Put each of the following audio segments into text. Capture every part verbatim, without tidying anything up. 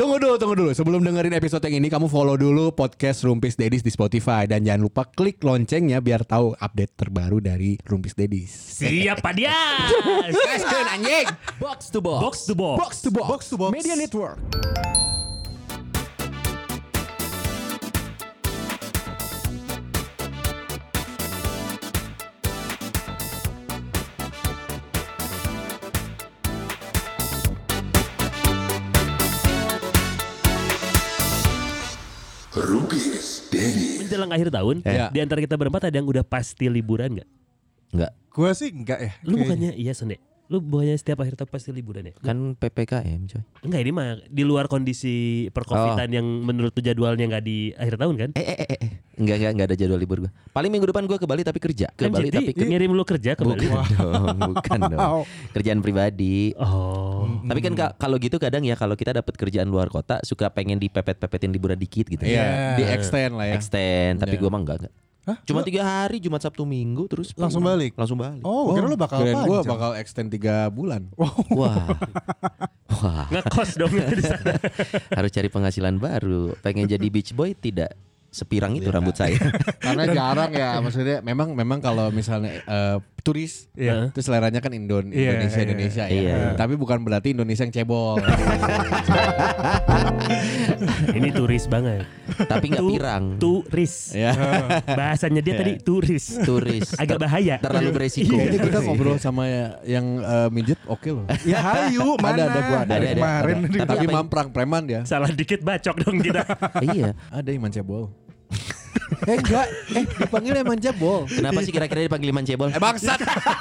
Tunggu dulu, tunggu dulu. Sebelum dengerin episode yang ini, kamu follow dulu podcast Rumpis Dedis di Spotify dan jangan lupa klik loncengnya biar tahu update terbaru dari Rumpis Dedis. Siap Pak Dias. Gaskeun anjing. Box to box. Box to box. Box to box. Box to box. Media Network. Rumpis Dedis. Menjelang akhir tahun, Eh. di antara kita berempat ada yang udah pasti liburan nggak? Enggak. Gue sih enggak ya. Lu Kayaknya. bukannya iya Sende? Lu bukannya setiap akhir tahun pasti liburan ya? Kan P P K M coy. Enggak, ini mah di luar kondisi percovidan yang menurut tuh jadwalnya nggak di akhir tahun kan? Eh eh eh eh. Enggak enggak enggak ada jadwal libur gua. Paling minggu depan gua ke Bali tapi kerja. Ke Kan Bali jadi tapi ke... ngirim lu kerja ke Bali. Bukan dong, bukan dong. Kerjaan pribadi. Oh. Tapi kan ka- kalau gitu kadang ya kalau kita dapat kerjaan luar kota suka pengen dipepet-pepetin liburan dikit gitu. Iya, di extend lah ya. Extend, tapi Iya. gua mah enggak enggak. Hah? Cuma Lu tiga hari, Jumat Sabtu Minggu terus langsung pulang. balik? Langsung balik. Oh, kira lu bakal Kirain gue panjang. bakal extend tiga bulan. Wah. Wah. Ngekos dong di sana. Harus cari penghasilan baru. Pengen jadi beach boy tidak sepirang itu rambut saya. Karena jarang ya, maksudnya memang memang kalau misalnya eh, turis, Iya. itu seleranya kan Indon, Iya, Indonesia iya, Indonesia ya. iya. Tapi bukan berarti Indonesia yang cebol. Ini turis banget. Tapi nggak Tu- pirang. Turis. Ya. Bahasanya dia tadi turis. Turis. Agak Ter- bahaya. Terlalu beresiko. Kayaknya kita ngobrol sama ya- yang eh, mijet oke loh. Ya hayu mana? Ada, ada, gua ada, Dari ada, ada. kemarin. Ada. Tapi apa yang- mamprang preman dia. Salah dikit bacok dong kita. Iya. Ada yang mancebol. eh enggak, eh dipanggil emang jebol. Kenapa sih kira-kira dipanggil Iman Cebol? Eh bangsat.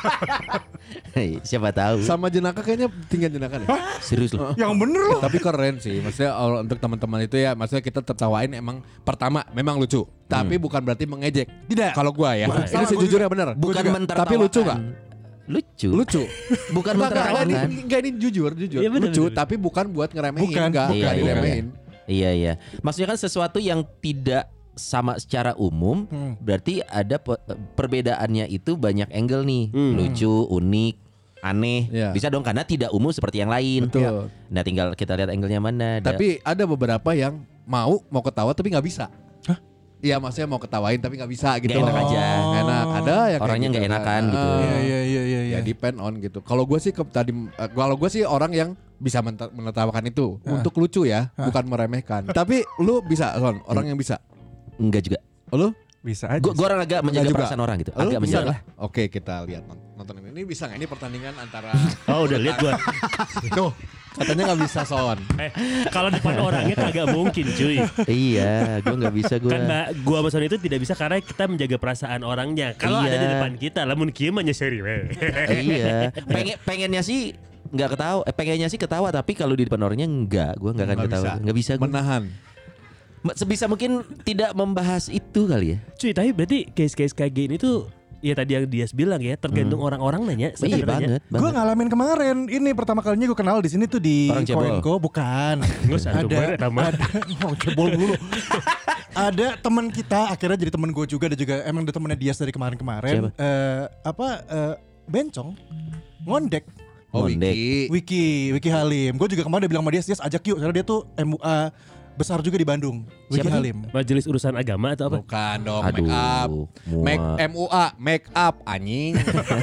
Hei, siapa tahu. Sama jenaka kayaknya tinggal jenaka deh. Serius loh. Yang bener loh. Tapi keren sih. Maksudnya kalau untuk teman-teman itu ya, maksudnya kita tertawain emang pertama memang lucu, tapi bukan berarti mengejek. Tidak. Kalau gua ya, Bukan. ini Sama, gua sejujurnya bener. Bukan Gua juga. mentertawakan. Tapi lucu nggak? Lucu. Lucu. Bukan Enggak, enggak, mentertawakan. ini, enggak, ini jujur, jujur. Iya, bener, lucu, bener. tapi bukan buat ngeremehin. Bukan, enggak, bukan. enggak Iya, iya, diremehin. Iya iya. Maksudnya kan sesuatu yang tidak sama secara umum, Hmm. berarti ada pe- perbedaannya itu banyak angle nih. Hmm. Lucu, unik, aneh. Iya. Bisa dong karena tidak umum seperti yang lain. Betul. Nah, tinggal kita lihat angle-nya mana. Ada- Tapi ada beberapa yang mau mau ketawa tapi nggak bisa. Iya, maksudnya mau ketawain tapi nggak bisa gitu. Nggak enak loh. aja. Nggak enak. Ada yang kayak Orangnya gitu nggak kan. enakan gitu. Ah. Iya iya iya iya. Ya depend on gitu. Kalau gue sih ke, tadi eh, kalau gue sih orang yang bisa menter- menertawakan itu untuk lucu ya, bukan meremehkan. Tapi lu bisa, Son, orang yang bisa. Enggak juga. Lu? Bisa aja. Gue orang agak menjaga juga. perasaan orang gitu. Lu Agak bisa menjaga. lah. Oke, kita lihat non- nonton ini. Ini bisa nggak? Ini pertandingan antara Oh udah lihat gua. Tuh, katanya nggak bisa, Son. Eh, kalau depan orangnya kagak mungkin cuy. Iya, gue nggak bisa gue. Kan Mbak, gua sama Sony itu tidak bisa karena kita menjaga perasaan orangnya. Kalau ada Iya. di depan kita, lamun kieu mah nyeseri we. Iya. Pengen pengennya sih nggak ketawa. Eh, pengennya sih ketawa tapi kalau di depan orangnya enggak. Gue nggak akan Nggak ketawa. bisa. Nggak bisa. Gua. Menahan. Ma- Sebisa mungkin tidak membahas itu kali ya. Cuy, tapi berarti case-case kayak gini tuh ya tadi yang Dias bilang ya, tergantung orang-orang nanya Iya sebenarnya. banget. Gue banget. ngalamin kemarin. Ini pertama kalinya gue kenal di sini tuh di Orang cebol. Koenko, bukan. Nggak usah, ada coba, tambah. ada oh, cebol dulu. Ada teman kita akhirnya jadi teman gue juga, dan juga emang ada temennya Dias dari kemarin-kemarin. Siapa? Eh, apa eh, bencong ngondek. Oh, Mondek. Wiki. Wiki, Wiki Halim. Gue juga kemarin udah bilang sama Dias, Dias ajak yuk, karena dia tuh M U A besar juga di Bandung. Wiki Siapa tuh? Halim. Majelis urusan agama atau apa? Bukan dong, Aduh, make up. muak. Make M U A, make up anjing.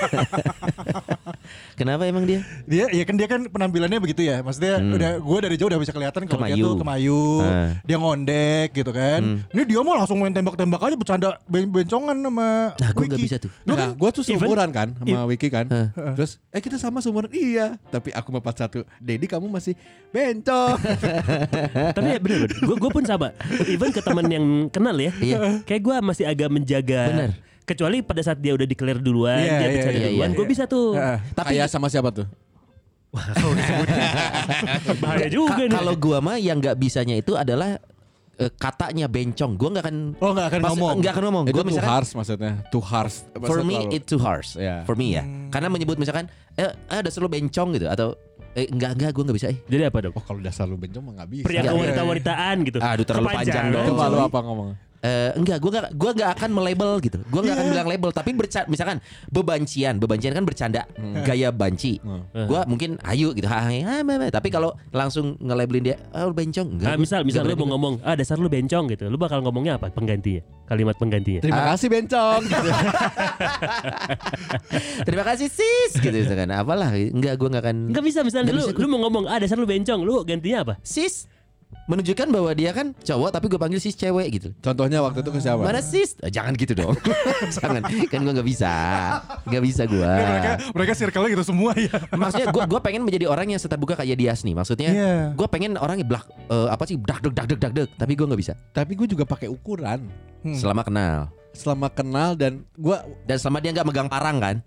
Kenapa emang dia? Dia ya kan dia kan penampilannya begitu ya. Maksudnya Hmm. udah gue dari jauh udah bisa kelihatan kalau dia Kemayu. tuh kemayu. Ah. Dia ngondek gitu kan. Hmm. Ini dia mau langsung main tembak-tembak aja, bercanda ben- bencongan sama Nah, gue Wiki. nggak bisa tuh. Nah, gue tuh Even- seumuran kan sama Wiki kan. Hah. Terus, eh kita sama seumuran. Iya, tapi aku empat satu. Dedi kamu masih bencong. Tapi ya bener, gue gue pun sama. Even ke teman yang kenal ya, Iya. kayak gue masih agak menjaga. Bener. Kecuali pada saat dia udah declare duluan, Iya, dia iya, bicara iya, duluan, iya. gue bisa tuh. Heeh. Tapi Kayak sama siapa tuh? Bahaya juga ka- nih. kalau gua mah yang nggak bisanya itu adalah eh, katanya bencong. Gua nggak akan. Oh, nggak akan Pas- ngomong. Nggak akan ngomong. Itu Gua too misalkan. harsh maksudnya. Too harsh. For Maksud me terlalu- it too harsh. Iya. For me ya. Hmm. Karena menyebut misalkan eh ah, dasar lu bencong gitu atau eh enggak enggak gue nggak bisa eh. Jadi apa dong? Oh, kalau dasar lu bencong mah nggak bisa. Pria Iya, iya. wanita-wanitaan gitu. Aduh, terlalu panjang dong. Coba lu Coy. apa ngomong? Eh, enggak, gue gak, gua gak akan melabel gitu. Gue gak akan Iya. bilang label. Tapi berca- misalkan bebancian, bebancian kan bercanda, gaya banci. Gue mungkin ayu gitu. Hai, hai, hai, hai. Tapi kalau langsung nge-labelin dia, oh bencong. Ah, Enggak. misal misal lu Enggak mau berani. ngomong, ah dasar lu bencong gitu. Lu bakal ngomongnya apa penggantinya? Kalimat penggantinya. Terima Ah. kasih bencong. Gitu. Terima kasih sis. Gitu misalkan. Apalah. Enggak, gue gak akan. Enggak bisa misalnya Nggak lu bisa gua. lu mau ngomong, ah dasar lu bencong. Lu gantinya apa? Sis. Menunjukkan bahwa dia kan cowok tapi gue panggil sis cewek gitu. Contohnya waktu itu ke siapa? Mana sis? Eh, jangan gitu dong. Jangan. Kan gue gak bisa. Gak bisa gue. mereka mereka circle-nya gitu semua ya. Maksudnya gue gue pengen menjadi orang yang terbuka kayak Dias nih. Maksudnya Iya. gue pengen orang yang blak eh, apa sih dak deg dak deg dak deg. Tapi gue nggak bisa. Tapi gue juga pakai ukuran Hmm. Selama kenal selama kenal dan gue dan selama dia nggak megang parang kan.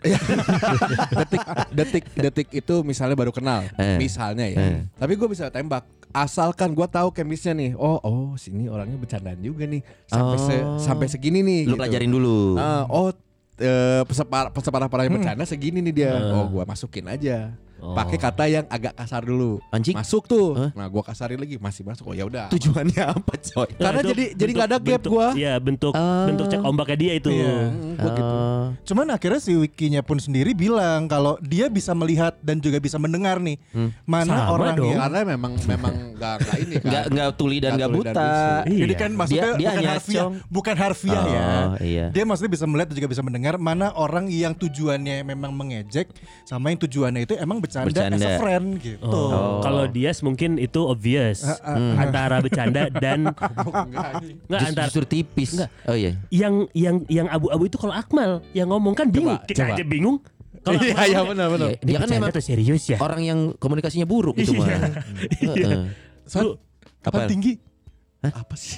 detik detik detik itu misalnya baru kenal, Eh. misalnya ya. Eh. Tapi gue bisa tembak. Asalkan gue tahu chemistry-nya nih. Oh oh sini orangnya bercandaan juga nih. Sampai se- Oh. sampai segini nih. Lu gitu. pelajarin dulu. Ah, oh eh, pesepar peseparah-parahnya bercanda segini nih dia. Hmm. Oh gue masukin aja. Oh. Pakai kata yang agak kasar dulu. Anjing. Masuk tuh. Hah? Nah gue kasarin lagi masih masuk. Oh ya udah. Tujuannya apa coy? Karena Nah, itu jadi jadi nggak ada bentuk- gap bentuk- gue. Iya, bentuk Ah. bentuk cek ombaknya dia itu. Iya. Hmm, gua gitu. Oh. Cuman akhirnya si Wikinya pun sendiri bilang kalau dia bisa melihat dan juga bisa mendengar nih mana Sama orang dong. yang Karena memang memang nggak nggak ini kan. Nggak nggak tuli dan Nggak nggak tuli dan buta. bisu. Iya. Ini kan maksudnya Dia- dia bukan hanya harfiah, cong. bukan harfiah ya. Oh, iya. Dia maksudnya bisa melihat dan juga bisa mendengar mana orang yang tujuannya memang mengejek sama yang tujuannya itu emang bercanda, Bercanda. as a friend gitu. Oh. Oh. Kalau Dias mungkin itu obvious antara bercanda dan nggak Just- antara Justru tipis. Oh iya. yang yang yang abu-abu itu kalau Akmal yang ngomong kan bingung, Coba, kita coba. aja bingung. Kalau Iya Akmal iya ngomong, benar benar. Iya, dia kan memang tuh serius ya. orang yang komunikasinya buruk itu mah. Heeh. Lu- Kapan tinggi? Apa sih?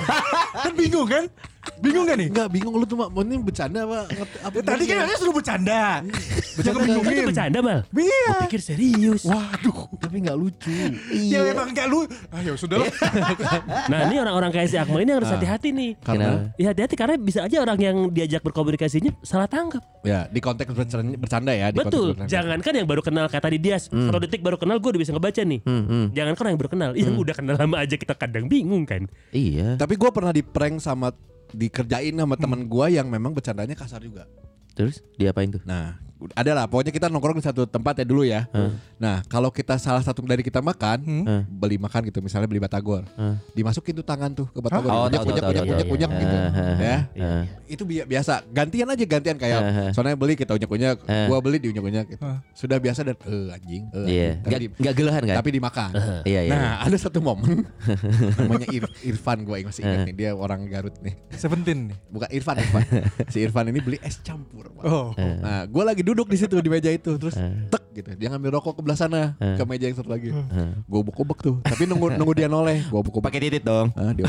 Kan bingung kan? Bingung gak nih? Enggak bingung lu tuh mak. Mau ini bercanda apa? ngerti- apa Ya, tadi kan katanya suruh bercanda. Bercanda Lu bingungin. tuh bercanda mal. Iya. Gua pikir serius. Waduh. tapi nggak lucu. Ya emang gak lu. Ayo sudah lah. Nah ini orang-orang kayak si Akmal ini harus hati-hati nih. Karena Ya hati-hati karena bisa aja orang yang diajak berkomunikasinya salah tangkap. ya di konteks bercanda, bercanda ya. Di Betul. konteks bercanda. Jangankan yang baru kenal kayak tadi Dias, satu detik baru kenal gue udah bisa ngebaca nih. Hmm, hmm. Jangankan orang yang baru kenal, yang udah kenal lama aja kita kadang bingung kan. Iya. Tapi gue pernah di prank sama dikerjain sama teman gue yang memang bercandanya kasar juga. Terus diapain tuh? Nah, ada lah. Pokoknya kita nongkrong di satu tempat ya dulu ya. Nah, kalau kita salah satu dari kita makan, Hmm. beli makan gitu, misalnya beli batagor, Hmm. dimasukin tuh tangan tuh ke batagor, Oh, unyak tahu, unyak tahu, unyak tahu, unyak tahu, unyak iya. gitu, Ah, ya. ah. Itu bi- biasa. Gantian aja gantian kayak, Ah. soalnya beli kita unyak unyak, Ah. gua beli di unyak unyak gitu. Ah. Sudah biasa dan eh anjing, eh, Iya. anjing. Tapi, Nggak di- nggak gelehan kan? tapi dimakan. Iya iya. Nah, ada satu momen namanya Ir- Irfan, gue masih ingat nih, dia orang Garut nih. Seventeen nih. Bukan Irfan, Irfan. Si Irfan ini beli es campur. Pak. Oh. Nah, gue lagi duduk di situ di meja itu, terus tek gitu. Dia ngambil rokok ke belah sana, ke meja yang satu lagi. Gue ubek-ubek tuh, tapi nunggu nunggu dia noleh. Gue ubek-ubek. Pakai titit dong. Ah, dia.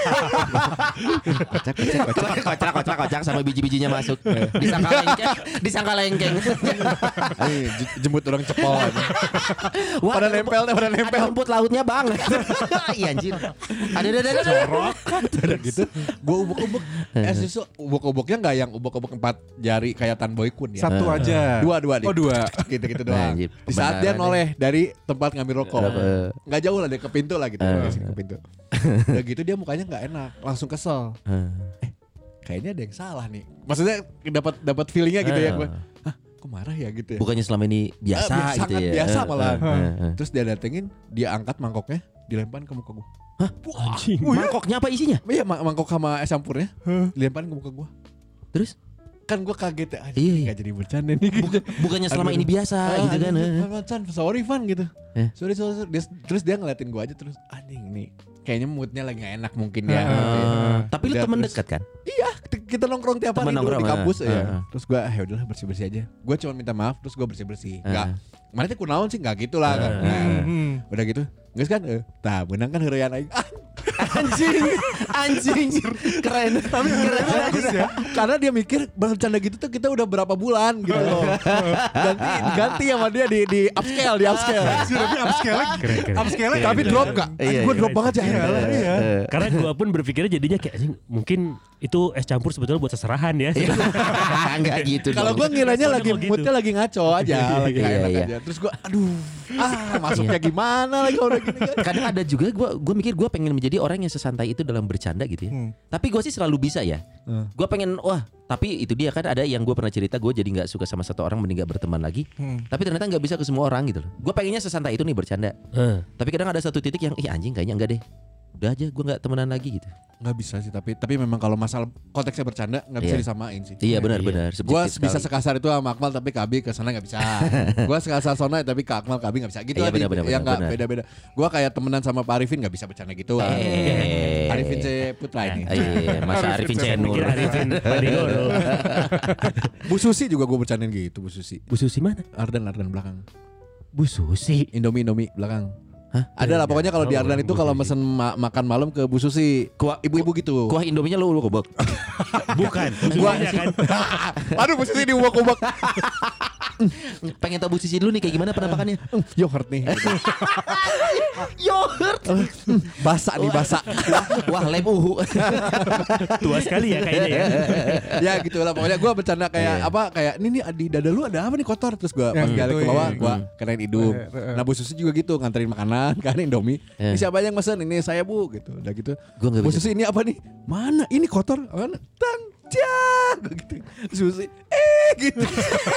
Kocak, kocak, kocak. Kocak kocak kocak sama biji-bijinya masuk. Disangka lengkeng, disangka lengkeng. Ini j- jemput orang cepol. aja. Wah, Pada ada nempel, rumput- pada nempel. Ada rumput lautnya bang. Iya anjir. Ada ada ada. ada. Udah gitu, gue ubek-ubek. Es susu ubek-ubeknya nggak yang ubek-ubek empat jari kayak Tan Boy Kun ya. Satu aja. Dua dua nih. Oh dua. Gitu-gitu doang. Anjir, Di saat dia kebenaran noleh dari tempat ngambil rokok, Eh. nggak jauh lah dia ke pintu lah gitu, Eh. Dia sini ke pintu. Udah gitu dia mukanya nggak enak, langsung kesel. Eh, kayaknya ada yang salah nih. Maksudnya dapat dapat feelingnya gitu ya Eh. gue. Hah, kok marah ya gitu ya? Bukannya selama ini biasa Eh, gitu sangat ya. biasa Eh, malah. eh, eh, eh. Terus dia datengin, dia angkat mangkoknya, dilemparin ke muka gue. Anjing. Mangkoknya apa isinya? Iya, ma- mangkok sama es campurnya, dilemparin ke muka gue. Terus Kan gue kaget ya, Iya, iya. nggak jadi bercanda nih. Gitu. bukannya selama Aduh. ini biasa Ah, gitu kan? anjing, eh. Van, Van, sorry Van gitu. Eh. Sorry, sorry, sorry. Dia- terus dia ngeliatin gue aja terus anjing nih. Kayaknya moodnya lagi gak enak mungkin ya. Ah. gitu ya. Eh, Tapi lu Udah, temen terus- dekat kan? Iya, kita- kita nongkrong tiap hari Temen dulu di nongkrong, kampus ah, ya. ah, ah. Terus gue, ah ya udahlah bersih bersih aja. Gue cuma minta maaf, terus gue bersih bersih. Ah. Enggak, mana tuh kunaon sih nggak gitu lah kan. Nah, Hmm. udah gitu, nggak kan? Eh, tah benang kan heureyan aing. Anjing, anjing, keren. Tapi keren Bagus ya. Karena dia mikir bercanda gitu tuh kita udah berapa bulan gitu loh. Ganti ganti sama dia di di upscale, di upscale. Sih, tapi upscale Keren, keren. upscale Tapi drop gak? Iya, Gue iya. drop banget ya. Iya. Karena gue pun berpikirnya jadinya kayak anjing, mungkin itu es campur sebetulnya buat seserahan ya. Enggak gitu. Kalau dong. gue ngiranya Soalnya lagi mau gitu. moodnya lagi ngaco aja, lagi Iya, enak iya. aja. Terus gue, aduh, ah masuknya gimana lagi udah gini kan? kadang ada juga gue gue mikir gue pengen menjadi orang yang sesantai itu dalam bercanda gitu ya. Hmm. Tapi gue sih selalu bisa ya. Hmm. Gue pengen wah tapi itu dia kan ada yang gue pernah cerita gue jadi nggak suka sama satu orang mending nggak berteman lagi. Hmm. Tapi ternyata nggak bisa ke semua orang gitu loh. Gue pengennya sesantai itu nih bercanda. Eh. Tapi kadang ada satu titik yang ih anjing kayaknya enggak deh. Udah aja gue nggak temenan lagi gitu. Nggak bisa sih, tapi tapi memang kalau masalah konteksnya bercanda nggak bisa Iya. disamain sih. Iya benar-benar. Gua bisa sekasar itu sama Akmal tapi Kabi ke sana nggak bisa. Gua sekasar Sonai tapi ke Akmal Kabi nggak bisa. Gitu Iya, aja. benar, benar, Yang nggak benar. beda-beda. Gua kayak temenan sama Pak Arifin nggak bisa bercanda gitu. Eh. Arifin C Putra ini. Iya, Masa Arifin Cenur. Mikir Arifin Padigoro. Bu Susi juga gue bercandain gitu, Bu Susi. Bu Susi mana? Ardan Ardan belakang. Bu Susi. Indomie Indomie belakang. Hah? Ada lah pokoknya kalau di Oh, Ardan itu Bu kalau Susi. mesen ma- makan malam ke Bu Susi. Kuah- Ibu-ibu gitu. Kuah Indominya lu lu kobok. Bukan. Gua Susinya kan. Aduh Bu Susi diubah-ubah. Pengen tahu Bu Sisi dulu nih kayak gimana penampakannya? Yogurt nih. Gitu. Yogurt. Basah nih basah. Wah, lem uhu. Tua sekali ya kayaknya ya. Ya gitu lah pokoknya gue bercanda kayak Iya. apa kayak ini nih di dada lu ada apa nih kotor terus gue pas Yang balik gitu, ke bawah iya. gue kenain hidung. Nah Bu Susi juga gitu nganterin makanan kan Indomie. Iya. Ini siapa yang mesen ini saya Bu gitu. Udah gitu. Gua nggak Bu bisa. Susi ini apa nih? Mana? Ini kotor. Mana? Tang Cak gitu. Susi eh gitu.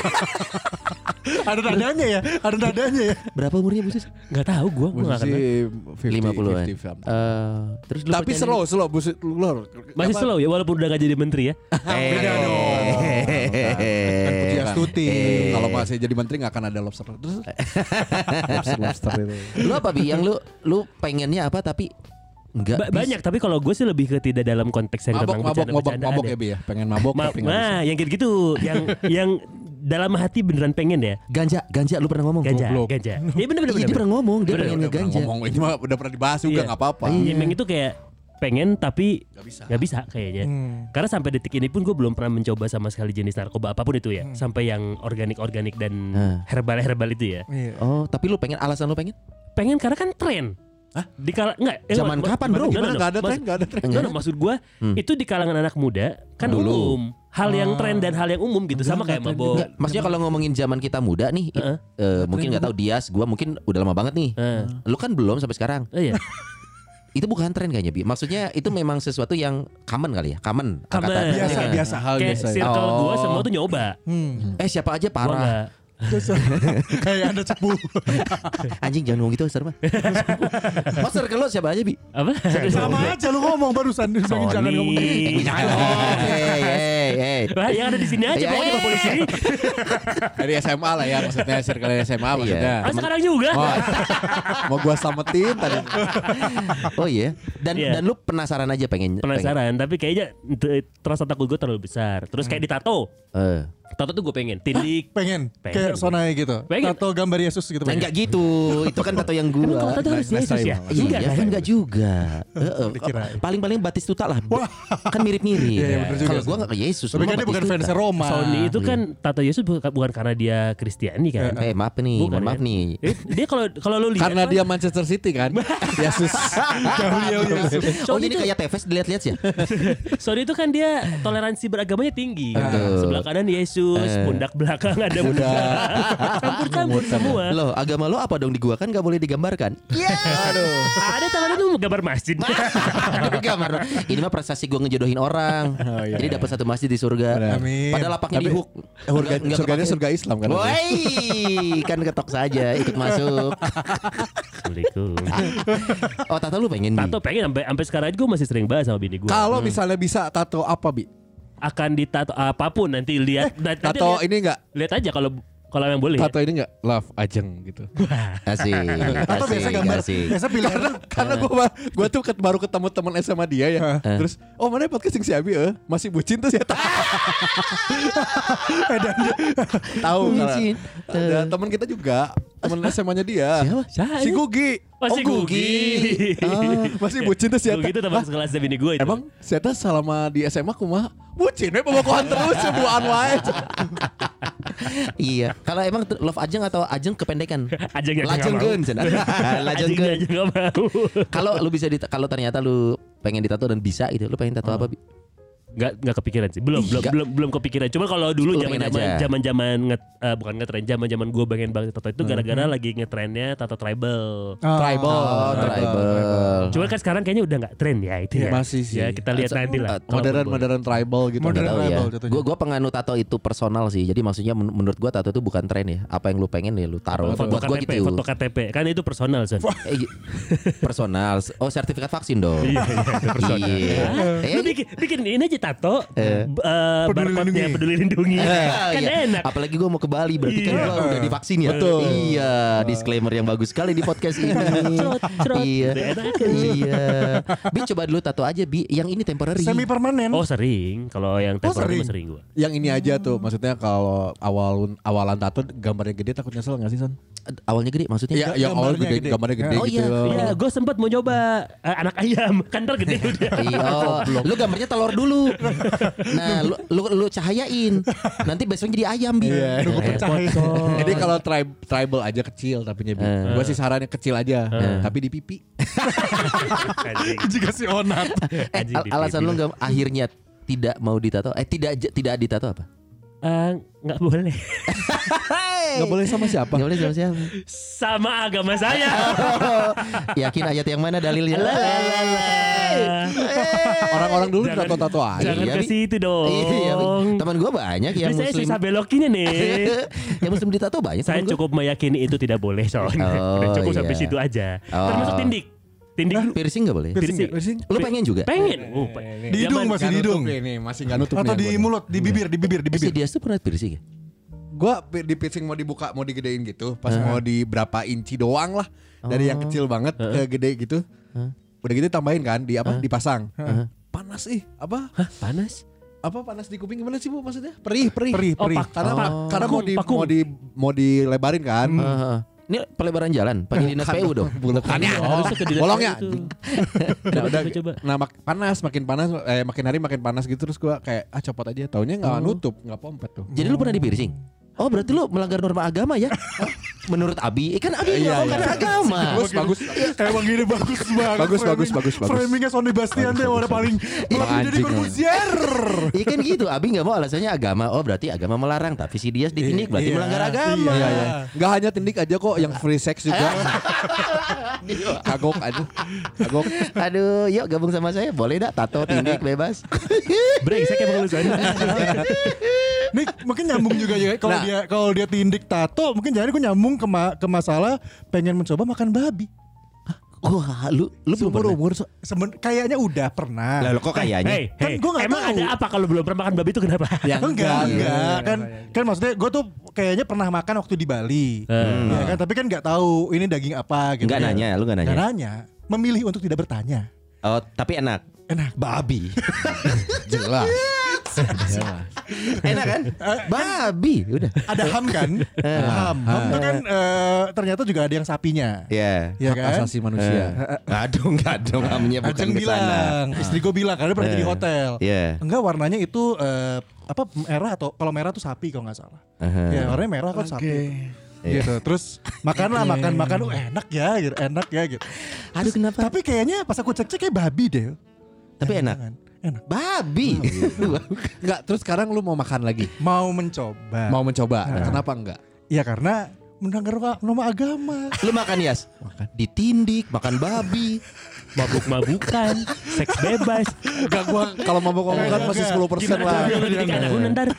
Ada nadanya ya, ada nadanya ya. Berapa umurnya Bu Sisi? Enggak tahu gua, Bu gua enggak Susi kenal. lima puluhan. fifty something. Eh, terus lu Tapi bercanda- slow slow Bu Susi lor. Masih Apa? slow ya walaupun udah gak jadi menteri ya. Eh, Beda dong. Kan Puji Astuti. Eh, Kalau masih jadi menteri nggak akan ada lobster. Terus lobster lobster itu. Lu apa Bi? Yang lu lu pengennya apa tapi enggak Ba- banyak tapi kalau gue sih lebih ke tidak dalam konteks yang Mabok tentang mabok mabok bercanda-bercanda mabok ada. ya Bi ya. Pengen mabok Ma- tapi nggak bisa. nah, yang kayak gitu, yang yang dalam hati beneran pengen ya. Ganja, ganja lu pernah ngomong? Ganja, Goblok. ganja. Iya bener bener Iya, dia pernah ngomong, dia Bener, pengen bener, ngeganja. Ngomong ini mah udah pernah dibahas juga Iya. nggak apa-apa. Iya, emang itu kayak pengen tapi Nggak bisa. nggak bisa kayaknya. Hmm. Karena sampai detik ini pun gue belum pernah mencoba sama sekali jenis narkoba apapun itu ya. Sampai yang organik-organik dan Hmm. herbal-herbal itu ya. Iya. Oh, tapi lu pengen alasan lu pengen? Pengen karena kan tren. Hah? Di kala enggak eh, Zaman ma- kapan, ma- bro? no, no, Gimana no. nggak ada Maksud- tren nggak ada tren. No, no, maksud gue Hmm. itu di kalangan anak muda kan Dulu. umum. Hal yang tren dan hal yang umum gitu sama kayak mabok. Enggak, maksudnya kalau ngomongin zaman kita muda nih, i- Heeh. eh, mungkin nggak tahu Dias, gua mungkin udah lama banget nih. Heeh. Lu kan belum sampai sekarang. Oh iya. Itu bukan tren kayaknya, Bi. Maksudnya itu memang sesuatu yang common kali ya, common. Common. angkatan. Biasa, Iya. biasa. Hal Kayak biasa. ya. circle Oh. gue semua tuh nyoba. Hmm. Eh siapa aja Gua parah. enggak. Kayak ada cepu. Anjing jangan ngomong gitu, Ser mah. Master kalau siapa aja, Bi? Apa? Sama aja lu ngomong barusan. Jangan jangan ngomong Sony. Jangan. Oh, hey, hey, hey. Wah, yang ada di sini aja Iya, pokoknya iya. ke polisi ini. Dari S M A lah ya maksudnya circle S M A maksudnya. Ah, sekarang juga. Mau, mau gua selamatin tadi. Oh iya. Dan Iya. dan lu penasaran aja pengen Penasaran, tapi kayaknya t- rasa takut gue terlalu besar. Terus kayak ditato. pengen. Eh. Tato tuh gue pengen. Tindik. Pengen. Pengen. Kayak Sonai gitu. Pengen. Tato gambar Yesus gitu. Nah, pengen. enggak gitu. Itu kan tato yang Emang kalau gua. tato harus Nice- nice Yesus try, ya? Bang. Iya, Enggak kan kan? enggak juga. Heeh. Dikirain. Paling-paling Batistuta lah. Kan mirip-mirip. Iya, iya, bener juga Kalau sih. gua enggak ke Yesus. Tapi gua kan dia bukan Batistuta. fans Roma. Sony itu kan tato Yesus bukan, bukan karena dia Kristiani kan? Eh, maaf nih, Bukan, mohon maaf kan? nih. Eh, Dia kalau kalau lu lihat Karena kan, dia Manchester City kan. Yesus. Gabriel Yesus. Oh, Sony ini itu- kayak Tevez dilihat-lihat ya? Sony itu kan dia toleransi beragamanya tinggi. Betul. Sebelah kanan Yesus, Eh. pundak belakang ada Buddha. Campur-campur semua. Loh, agama lo apa dong di gua kan enggak boleh digambarkan. Iya. Aduh. Ada tangan itu gambar masjid. Aduh, gambar. Ini mah prestasi gua ngejodohin orang. Oh, iya. Jadi dapat satu masjid di surga. Benar. Amin. Padahal lapaknya di Tapi- hook. Surga, Nggak surganya kepake. surga Islam kan. Woi, kan ketok saja ikut masuk. Assalamualaikum. Oh, tato lu pengen Bi? Tato pengen sampai sampai sekarang aja gue masih sering bahas sama bini gue. Kalau misalnya bisa tato apa Bi? Akan ditato apapun nanti lihat. nanti Tato lihat, ini enggak? lihat aja kalau kalau yang boleh. Tato ini enggak? Love Ajeng gitu. Asik. Tato asik, biasa gambar. asik. Biasa pilihan. Karena gua gua tuh ket- baru ketemu teman S M A dia ya. Terus oh mana podcast si Abi eh masih bucin tuh ya. Tahu kan? Bucin. Ada teman kita juga, teman S M A-nya dia. Siapa? Si Gugi. Oh, si Gugi. Masih bucin tuh si Eta. Gugi itu teman sekelasnya bini gue itu. Emang si Eta selama di S M A kumaha? Bucin we pembokohan terus sebuah wae. Iya. Kalau emang t- love ajeng atau ajeng kependekan? Ajeng yang nggak mau. Lajengkeun cenah. Ajeng Lajengkeun. aja nggak mau. Kalau lu bisa di kalau ternyata lu pengen ditato dan bisa gitu, lu pengen tato apa, Bi? Nggak nggak kepikiran sih. Belum belum Nggak. belum belum kepikiran. Cuma kalau dulu Lu zaman pengen zaman aja. zaman zaman nget uh, bukan ngetren zaman zaman gue pengen banget tato itu gara-gara Hmm. lagi ngetrennya tato tribal. Tribal. Oh, tribal. Cuma kan sekarang kayaknya udah nggak tren ya itu ya. Masih sih. Ya kita lihat nanti lah. Modern modern tribal gitu. Modern. Nggak tahu ya. tribal jatuhnya. Gue gue penganut tato itu personal sih. Jadi maksudnya men- menurut gue tato itu bukan tren ya. Apa yang lu pengen ya lu taruh. Foto Buat gue K T P, gitu. foto K T P kan itu personal Son. Eh, i- personal. Oh sertifikat vaksin dong. Iya, iya, itu personal. Iya. Lu Eh, bikin bikin ini aja tato. Eh. b- eh, Peduli barcode-nya lindungi. peduli lindungi. Ah, Kan iya. enak. Apalagi gue mau ke Bali berarti kan Iya. gue udah divaksin ya. Betul. Iya, disclaimer yang bagus sekali di podcast ini. Cerot, cerot. Iya. Udah enakan. Iya. Bi coba dulu tato aja Bi. Yang ini temporary. Semi permanen. Oh sering, kalau yang temporary sering. mah sering gua. Yang ini aja tuh, maksudnya kalau awal awalan tato gambarnya gede takut nyesel nggak sih Son? Awalnya gede maksudnya. Iya, yang awal gambarnya gede, gede. gambarnya gede Oh, gitu. iya. Iya, gue sempat mau nyoba eh, anak ayam, kan ntar gede udah. Iya, oh, lu gambarnya telur dulu. Nah, lu lu, lu cahayain. Nanti besok jadi ayam Bi. Iya. Nunggu pecah ya. Jadi kalau tri- tribal aja kecil tapi Bi. Gua sih sarannya kecil aja, tapi di pipi. Anjing. Juga si Onat. Eh, Anjing al- di alasan pipi. lu nggak akhirnya tidak mau ditato? Eh tidak j- tidak ditato apa? Eh, nggak boleh. Nggak boleh sama siapa? Nggak boleh sama siapa? Sama agama saya. Yakin ayat yang mana dalilnya? Orang-orang dulu Jangan- tato-tato aja. Jangan Iya, ke Bi. situ dong. Iya, teman gue banyak yang Jadi saya muslim. susah belokinnya nih. yang muslim ditato banyak. Saya teman gua. cukup meyakini itu tidak boleh soalnya. Oh, Udah cukup iya. sampai situ aja. Oh. Termasuk tindik. Tindik lu. Piercing nggak boleh? Piercing. Piercing. Lu pengen juga? Pengen. Oh, pe- Di hidung Zaman- masih di hidung. Ini masih nggak nutup Atau nih di yang gua nih. mulut, di bibir, di bibir, di Eh, si bibir. Dias tuh pernah piercing ya? Gua pi- di piercing mau dibuka mau digedein gitu, pas mau di berapa inci doang lah, dari yang kecil banget ke gede gitu. Udah gitu tambahin kan di apa? Dipasang. Panas ih, apa? Hah, panas? Apa panas di kuping gimana sih Bu maksudnya? Perih, perih. Perih, Oh, perih. pak- Karena pak- karena mau di pakung. mau di mau dilebarin kan. Heeh. Ini pelebaran jalan, pakai dinas P U dong. Bukan ya. Harusnya ke dinas Bolong ya. itu. Nah, udah coba. Nah mak- panas makin panas eh makin hari makin panas gitu terus gua kayak ah copot aja. Taunya nggak nutup, nggak pompet tuh. Jadi lu pernah di piercing? Oh berarti lu melanggar norma agama ya? Menurut Abi, eh, kan Abi Iya, ngomong iya. agama. Bagus bagus. Emang gini bagus banget. Bagus, bagus, framing- bagus, bagus. Framingnya Sony Bastian deh udah paling Bang lebih jadi anjing, Corbusier. Iya kan gitu, Abi nggak mau alasannya agama. Oh berarti agama melarang, tapi si Dias ditindik berarti Iya, melanggar agama. iya, Iya ya. Nggak hanya tindik aja kok yang free sex juga. Kagok aja. Kagok. Aduh, yuk gabung sama saya. Boleh dah, tato, tindik, bebas. Brengsek emang lu Son. Nih mungkin nyambung juga ya kalau Nah. dia kalau dia tindik tato mungkin jadi gue nyambung ke, ma- ke masalah pengen mencoba makan babi. Wah, lu lu belum Seumur pernah. umur Seben kayaknya udah pernah. Lah, kok kayaknya? Hey, Kan hey, gua nggak emang tahu. ada apa kalau belum pernah makan babi itu kenapa? Ya enggak, enggak, iya. kan kan maksudnya gue tuh kayaknya pernah makan waktu di Bali, Hmm. ya kan, tapi kan nggak tahu ini daging apa gitu. Enggak kan. nanya, lu enggak nanya. Nggak nanya, memilih untuk tidak bertanya. Oh, tapi enak. Enak. Babi. Jelas. Enak kan? Babi, udah. Ada ham kan? ham, ham itu kan eh, ternyata juga ada yang sapinya, Ya. ya Hak kan? asasi manusia. Aduh, enggak dong, hamnya bukan Ajeng ke sana. bilang, istri gue bilang karena dia pernah Eh. di hotel. Iya. Enggak, warnanya itu eh, apa merah atau kalau merah tuh sapi kalau nggak salah. Aha. Ya warnanya merah kok sapi. Iya. Gitu. Terus makanlah makan makan, oh, enak ya, gitu, enak ya gitu. Aduh, kenapa? Tapi kayaknya pas aku cek-cek kayak babi deh. Tapi enak. Jangan. Enak. Babi. Enggak, terus sekarang lu mau makan lagi? Mau mencoba. Mau mencoba. Kenapa enggak? Ya karena melanggar norma agama. Lu makan Yas? Makan. Ditindik, makan babi. Mabuk-mabukan, seks bebas. Enggak, gua kalau mabok-mabokan masih sepuluh persen Gimana lah. tuh lu didik anak lu ntar?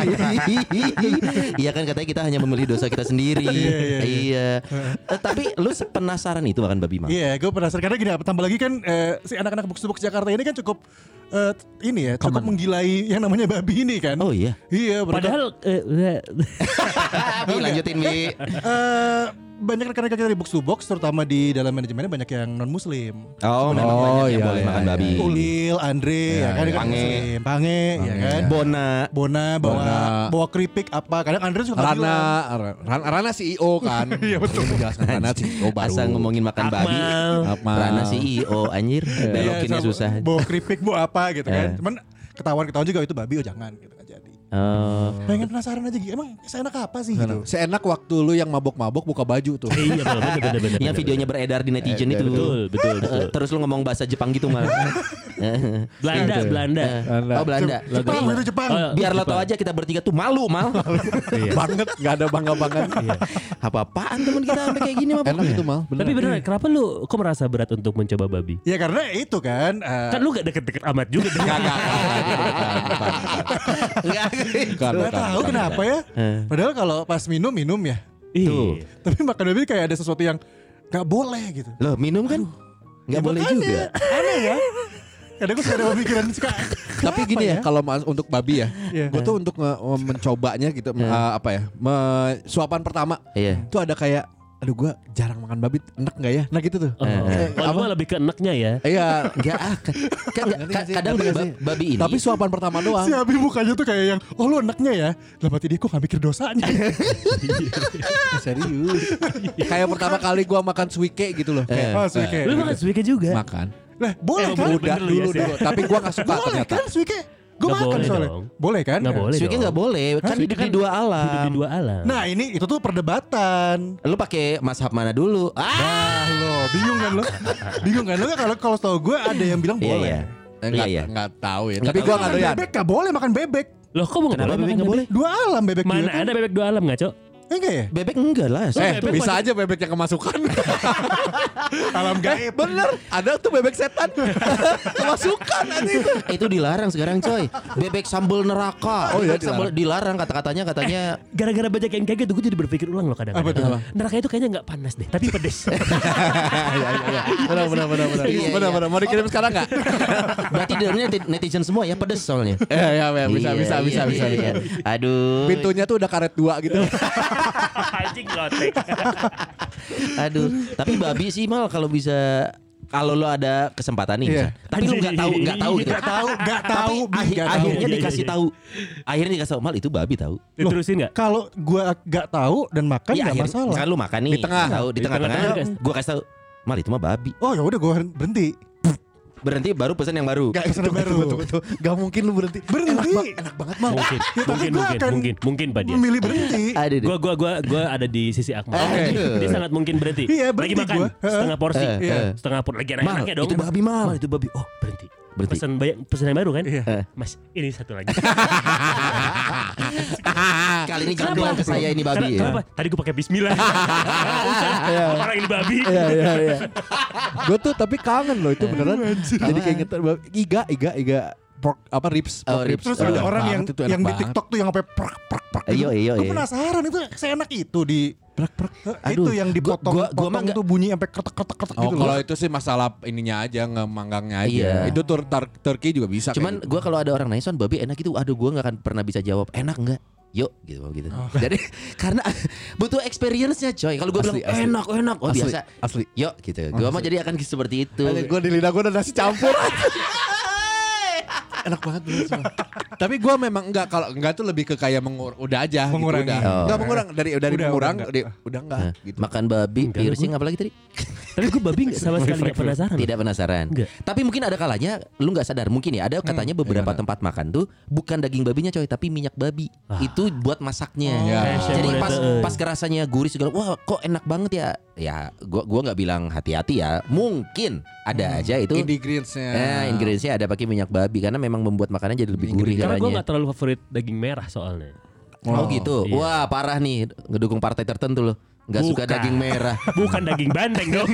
Iya kan katanya kita hanya memilih dosa kita sendiri. Iya. Eh, tapi lu penasaran itu makan babi mah? Iya, gue penasaran karena gini, tambah lagi kan eh, si anak-anak box-box Jakarta ini kan cukup eh, ini ya, cukup menggilai yang namanya babi ini kan. Oh iya. Iya, mereka- Padahal eh, eh, Bi lanjutin Bi. eh, banyak rekan-rekan kita di box to box, terutama di dalam manajemennya banyak yang non muslim. Oh, memang Oh, banyak yang iya, boleh iya, makan iya, babi. Ulil, Andre, ya, kan, kan Pange. muslim. Pange, ya kan. Bona. Bona bawa Bona. bawa keripik apa? Kadang Andre suka Rana, bilang. Rana, Rana C E O kan. Iya betul. Menjelaskan Rana C E O baru. Asal ngomongin makan babi. Akmal. Akmal. Rana C E O anjir. Belokinnya Iya, sama susah. Bawa keripik bawa apa gitu Eh. kan. Cuman ketahuan-ketahuan juga itu babi, oh jangan gitu kan jadi. Oh. Pengen penasaran aja gitu. Emang seenak apa sih gitu? Seenak waktu lu yang mabok-mabok buka baju tuh. Iya betul betul betul betul. Yang videonya beredar di netizen itu. Betul betul betul. Terus lu ngomong bahasa Jepang gitu malah. Belanda Belanda. Oh Belanda. Jepang itu Jepang. Oh, Biar lo Jepang. tau aja kita bertiga tuh malu mal. Iya. Banget, nggak ada bangga-banggaan. Apa-apaan teman kita sampai kayak gini mah. Enak itu mal. Tapi bener, kenapa lu kok merasa berat untuk mencoba babi? Ya karena itu kan. eh, Kan lu gak deket-deket amat juga. Enggak, enggak. Enggak. Bukan, Gak bukan, tahu bukan, kenapa ya. Padahal kalau pas minum minum ya. Iya. Tapi makan babi kayak ada sesuatu yang gak boleh gitu. Loh minum kan? Enggak boleh Makanya, juga. Aneh ya. Kadang gue suka ada pemikiran suka. Tapi gini ya, kalau mas- untuk babi ya, Iya. gue tuh untuk nge- mencobanya gitu, uh, apa ya, me- suapan pertama, Iya. tuh ada kayak, aduh gue jarang makan babi, enak nggak ya? Nah gitu tuh. Oh, Eh, oh, lu mah lebih ke enaknya ya. Iya. Enggak ah. Kan, kan Ngerti nggak sih? kadang Ngerti nggak ba- sih? babi ini. Tapi suapan pertama doang. Si Abi mukanya tuh kayak yang, oh lu enaknya ya. Lah berarti dia kok gak mikir dosanya. Serius. Kayak pertama kali gue makan suike gitu loh. Kayak, Oh suike. Lu makan suike juga. makan. Lah boleh Eh, kan? bener Udah lu dulu ya, dulu. Tapi gue nggak suka Boleh ternyata. kan suike? Gue Nggak makan boleh soalnya. dong. Boleh kan? Nggak boleh Suike dong. enggak boleh. Kan Suike hidup kan di dua Hidup di alam. dua alam. Nah ini itu tuh perdebatan. Lu pakai mazhab mana dulu? Ah. Nah lo bingung kan lo? Bingung kan lo? Kalau kalau tau gue ada yang bilang Iya boleh. iya. Enggak Iya, iya. enggak tahu ya. Nggak Tapi tahu. gue nggak Makan doyan. bebek gak boleh makan bebek. Loh kok mau Kenapa bebek nggak boleh? Dua alam bebek Mana juga kan? ada bebek dua alam nggak cok? Enggak ya? Bebek enggak lah. Eh bebek bisa masih- aja bebek yang kemasukan. Alam Eh gaib. bener. Ada tuh bebek setan. Kemasukan aja itu. Itu dilarang sekarang coy. Bebek sambal neraka. Oh iya, Bebek sambal dilarang kata-katanya katanya. Gara-gara banyak yang kayak gitu gue jadi berpikir ulang loh kadang-kadang. Apa tuh, apa? Neraka itu kayaknya nggak panas deh, tapi pedes. Iya iya iya. Benar benar benar benar. Iya, Benar iya. benar. Mau dikirim sekarang enggak? Berarti di dalamnya neti- netizen semua ya pedes soalnya. Iya iya iya, bisa Iya, bisa iya, bisa bisa. iya, bisa. iya. Aduh. Pintunya tuh udah karet dua gitu. Anjing lotek. Aduh. Tapi babi sih mal kalau bisa. Kalau lo ada kesempatan nih, Iya. bisa. Tapi lo nggak tahu, nggak tahu gitu. Gak tahu, gak Tapi tahu. Bi, akhir- nggak tahu. akhirnya Iya, iya, dikasih iya. tahu. Akhirnya dikasih tahu mal itu babi tahu. Diterusin nggak? Kalau gue gak tahu dan makan Iya, gak akhirnya masalah. misalkan lu makan nih, Di tengah. tahu di Di tengah-tengah. tengah-tengah. Gue kasih tahu, mal itu mah babi. Oh ya udah gue berhenti. Berhenti baru pesan yang baru. Gak pesan baru. Betul betul. Gak mungkin lu berhenti. Berhenti. Enak, ba- enak banget mau. Mungkin, Ya, tapi mungkin, gua mungkin, akan mungkin, mungkin Pak dia. Memilih berhenti. Ada deh. Gua, gua, gua, gua ada di sisi Akmal. Oke. Dia sangat mungkin berhenti. Iya, Lagi berhenti makan gua. setengah porsi, Eh, iya. setengah porsi lagi Mal, enak-enaknya dong. itu babi, Mal. Mal, itu babi. Oh berhenti. Berhenti. Pesan banyak, pesan yang baru kan? Iya. Mas, ini satu lagi. Kali ini jangan bilang ke saya ini babi. Kenapa? ya. Kenapa? Tadi gua pakai Bismillah. Usah, orang ini babi. Iya iya iya. Gue tuh tapi kangen loh itu beneran. Jadi kayak inget iga iga iga pork apa ribs. Oh, pork ribs. Terus Oh, ada Enak orang yang banget, itu enak yang di banget. TikTok tuh yang sampai prak prak prak. Eh, Iya, iya, Gue iya. penasaran itu seenak itu di prak prak. Aduh, Itu yang dipotong gua- gua mah potong nggak- tuh bunyi sampai kretek kretek kretek Oh gitu kalau loh. itu sih masalah ininya aja ngemanggangnya aja. Iya. Itu tur tar- Turki juga bisa. Cuman kayak gitu. gue kalau ada orang nanya soal babi enak itu, aduh gue nggak akan pernah bisa jawab enak nggak. Yuk gitu gitu. Jadi karena butuh experience-nya coy. Kalau gue bilang Asli, asli. enak enak, oh Asli, biasa. asli. Yuk gitu. Gue mah jadi akan seperti itu. Gue di lidah gue udah nasi campur. Enak banget bener semua. Tapi gue memang enggak kalau enggak tuh lebih ke kayak mengur udah aja Mengurangi. gitu, udah. Oh. Enggak mengurang dari dari Udah, mengurang udah udah, enggak. udah enggak Nah, gitu. makan babi, Enggak, piercing apalagi tadi? Tapi gue babi nggak sama sekali nggak penasaran. Tidak penasaran. Enggak. Tapi mungkin ada kalanya lu nggak sadar. Mungkin ya ada katanya beberapa gimana? tempat makan tuh bukan daging babinya coy, tapi minyak babi. Itu buat masaknya. Ya. Jadi Boleh pas tuh. pas kerasanya gurih segala, wah kok enak banget ya. Ya gua gua nggak bilang hati-hati ya. Mungkin ada aja itu. Ingredientsnya. Eh, ingredientsnya ada pakai minyak babi karena memang membuat makanan jadi lebih gurih Karena gue caranya. nggak terlalu favorit daging merah soalnya. Oh, gitu. iya. Wah, parah nih ngedukung partai tertentu loh. Nggak suka Bukan. daging merah. Bukan daging banteng dong.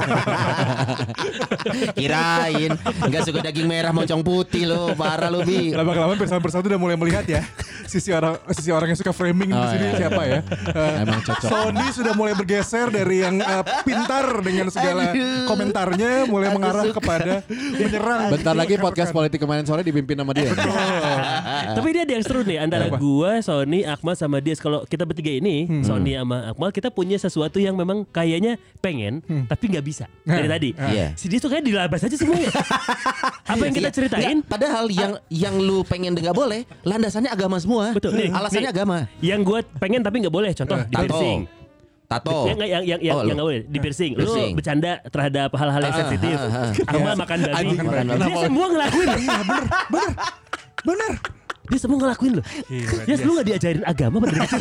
Kirain nggak suka daging merah moncong putih lo. Parah lo Bi. Lama-kelamaan persatu persatu udah mulai melihat ya sisi orang sisi orang yang suka framing di Oh, sini iya. siapa ya. Eh, Emang cocok. Sony sudah mulai bergeser dari yang eh, pintar dengan segala Aduh. komentarnya mulai Aku mengarah suka. kepada menyerang. Bentar lagi podcast politik kemarin sore dipimpin sama dia. Tapi dia ada yang seru nih antara gua, Sony, Akmal sama dia. Kalau kita bertiga ini, Sony sama Akmal, kita punya sesuatu yang memang kayaknya pengen tapi nggak bisa dari tadi. Iya. Si dia tuh kayak dilabas aja semuanya. Apa yang kita Iya. ceritain? Nggak, padahal yang yang lu pengen nggak boleh, landasannya agama semua. Betul. Nih, Alasannya nih. agama. Yang gue pengen tapi nggak boleh. Contoh di Tato. piercing. Tato. Yang nggak- yang yang yang Oh, yang lu. nggak boleh di piercing. Lu Piercing. bercanda terhadap hal-hal yang Ah, sensitif. ah, ah. Akmal makan babi. Anjing, makan Dia babi. semua ngelakuin. Bener. Dia semua ngelakuin loh. Dia lu gak diajarin agama pada dari kecil.